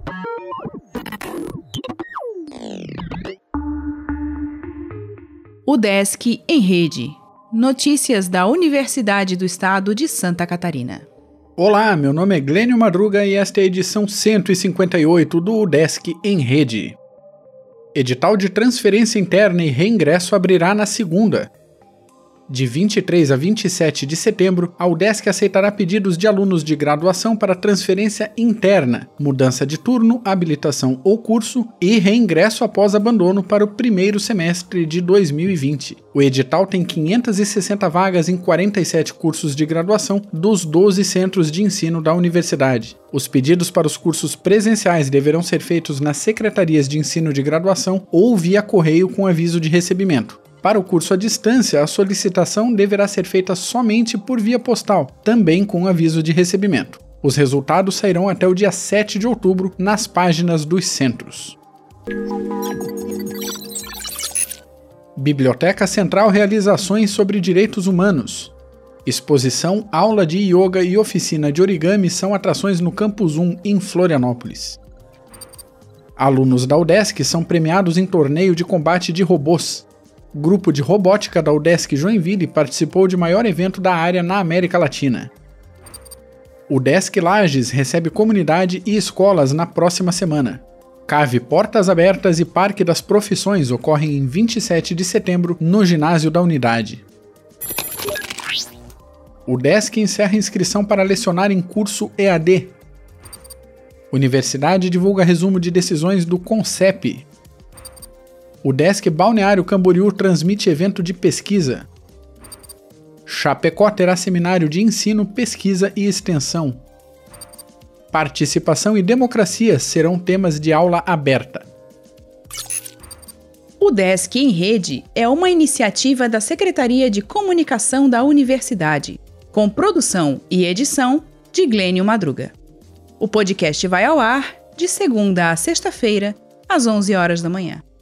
UDESC em Rede. Notícias da Universidade do Estado de Santa Catarina. Olá, meu nome é Glênio Madruga e esta é a edição 158 do UDESC em Rede. Edital de transferência interna e reingresso abrirá na segunda. De 23 a 27 de setembro, a UDESC aceitará pedidos de alunos de graduação para transferência interna, mudança de turno, habilitação ou curso e reingresso após abandono para o primeiro semestre de 2020. O edital tem 560 vagas em 47 cursos de graduação dos 12 centros de ensino da universidade. Os pedidos para os cursos presenciais deverão ser feitos nas secretarias de ensino de graduação ou via correio com aviso de recebimento. Para o curso à distância, a solicitação deverá ser feita somente por via postal, também com aviso de recebimento. Os resultados sairão até o dia 7 de outubro nas páginas dos centros. Biblioteca Central realiza ações sobre direitos humanos. Exposição, aula de yoga e oficina de origami são atrações no Campus 1, em Florianópolis. Alunos da UDESC são premiados em torneio de combate de robôs. Grupo de robótica da UDESC Joinville participou de maior evento da área na América Latina. UDESC Lages recebe comunidade e escolas na próxima semana. Cave Portas Abertas e Parque das Profissões ocorrem em 27 de setembro no ginásio da unidade. UDESC encerra inscrição para lecionar em curso EAD. Universidade divulga resumo de decisões do CONCEP. UDESC Balneário Camboriú transmite evento de pesquisa. Chapecó terá seminário de ensino, pesquisa e extensão. Participação e democracia serão temas de aula aberta. UDESC em Rede é uma iniciativa da Secretaria de Comunicação da Universidade, com produção e edição de Glênio Madruga. O podcast vai ao ar de segunda a sexta-feira, às 11 horas da manhã.